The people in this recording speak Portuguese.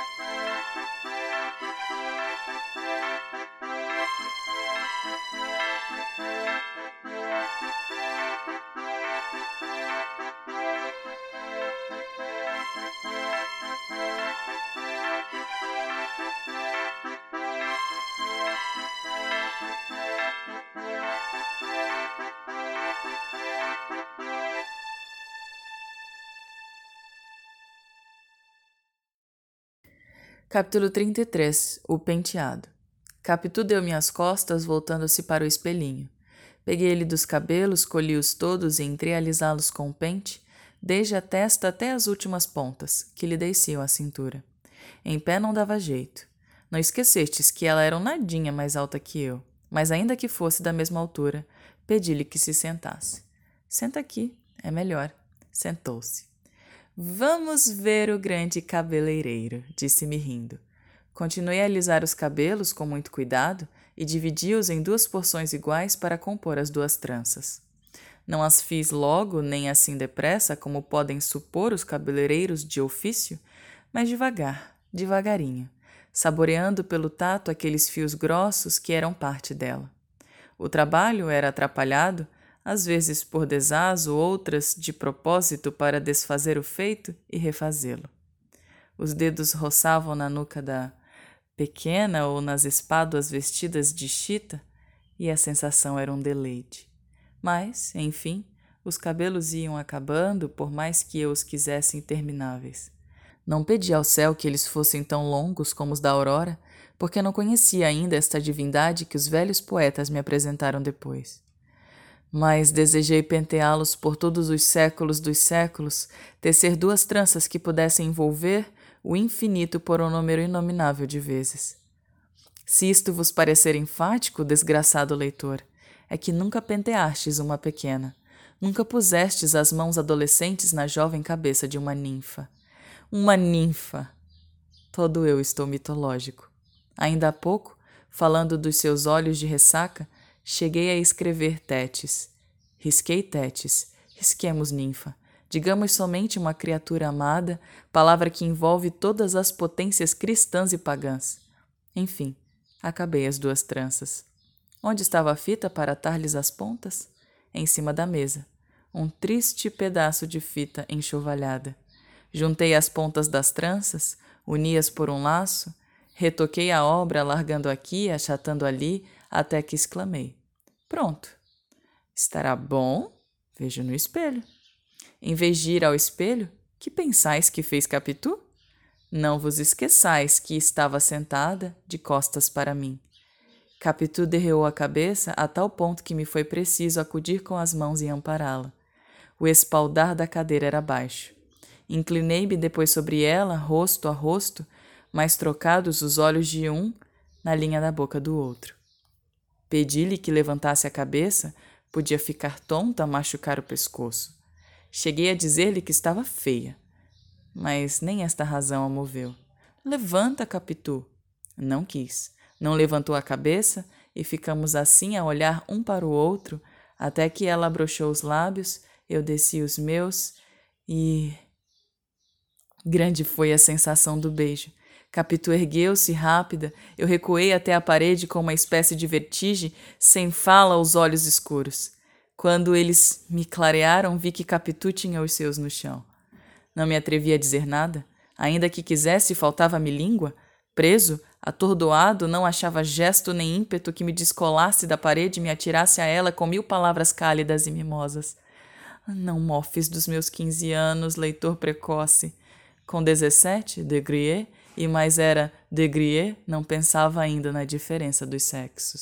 Capítulo 33. O penteado. Capitu deu-me as costas, voltando-se para o espelhinho. Peguei-lhe dos cabelos, colhi-os todos e entrei a alisá-los com o pente, desde a testa até as últimas pontas, que lhe desciam à cintura. Em pé não dava jeito. Não esquecestes que ela era um nadinha mais alta que eu, mas ainda que fosse da mesma altura, pedi-lhe que se sentasse. Senta aqui, é melhor. Sentou-se. Vamos ver o grande cabeleireiro, disse-me rindo. Continuei a alisar os cabelos com muito cuidado e dividi-os em 2 porções iguais para compor as 2 tranças. Não as fiz logo, nem assim depressa, como podem supor os cabeleireiros de ofício, mas devagar, devagarinho, saboreando pelo tato aqueles fios grossos que eram parte dela. O trabalho era atrapalhado, às vezes por desazo, outras de propósito para desfazer o feito e refazê-lo. Os dedos roçavam na nuca da pequena ou nas espáduas vestidas de chita, e a sensação era um deleite. Mas, enfim, os cabelos iam acabando, por mais que eu os quisesse intermináveis. Não pedi ao céu que eles fossem tão longos como os da aurora, porque não conhecia ainda esta divindade que os velhos poetas me apresentaram depois. Mas desejei penteá-los por todos os séculos dos séculos, tecer 2 tranças que pudessem envolver o infinito por um número inominável de vezes. Se isto vos parecer enfático, desgraçado leitor, é que nunca penteastes uma pequena, nunca pusestes as mãos adolescentes na jovem cabeça de uma ninfa. Uma ninfa! Todo eu estou mitológico. Ainda há pouco, falando dos seus olhos de ressaca, cheguei a escrever Tétis. Risquei Tétis. Risquemos ninfa. Digamos somente uma criatura amada, palavra que envolve todas as potências cristãs e pagãs. Enfim, acabei as 2 tranças. Onde estava a fita para atar-lhes as pontas? Em cima da mesa. Um triste pedaço de fita enxovalhada. Juntei as pontas das tranças, uni-as por um laço, retoquei a obra, alargando aqui, achatando ali, até que exclamei. Pronto. Estará bom? Vejo no espelho. Em vez de ir ao espelho, que pensais que fez Capitu? Não vos esqueçais que estava sentada, de costas para mim. Capitu derreou a cabeça a tal ponto que me foi preciso acudir com as mãos e ampará-la. O espaldar da cadeira era baixo. Inclinei-me depois sobre ela, rosto a rosto, mas trocados os olhos de um na linha da boca do outro. Pedi-lhe que levantasse a cabeça, podia ficar tonta a machucar o pescoço. Cheguei a dizer-lhe que estava feia, mas nem esta razão a moveu. Levanta, Capitu. Não quis. Não levantou a cabeça e ficamos assim a olhar um para o outro, até que ela abrochou os lábios, eu desci os meus e... Grande foi a sensação do beijo. Capitu ergueu-se rápida, eu recuei até a parede com uma espécie de vertigem, sem fala aos olhos escuros. Quando eles me clarearam, vi que Capitu tinha os seus no chão. Não me atrevi a dizer nada. Ainda que quisesse, faltava-me língua. Preso, atordoado, não achava gesto nem ímpeto que me descolasse da parede e me atirasse a ela com 1000 palavras cálidas e mimosas. Não mofes dos meus 15 anos, leitor precoce. Com 17, de Grier, e mais era de Grier, não pensava ainda na diferença dos sexos.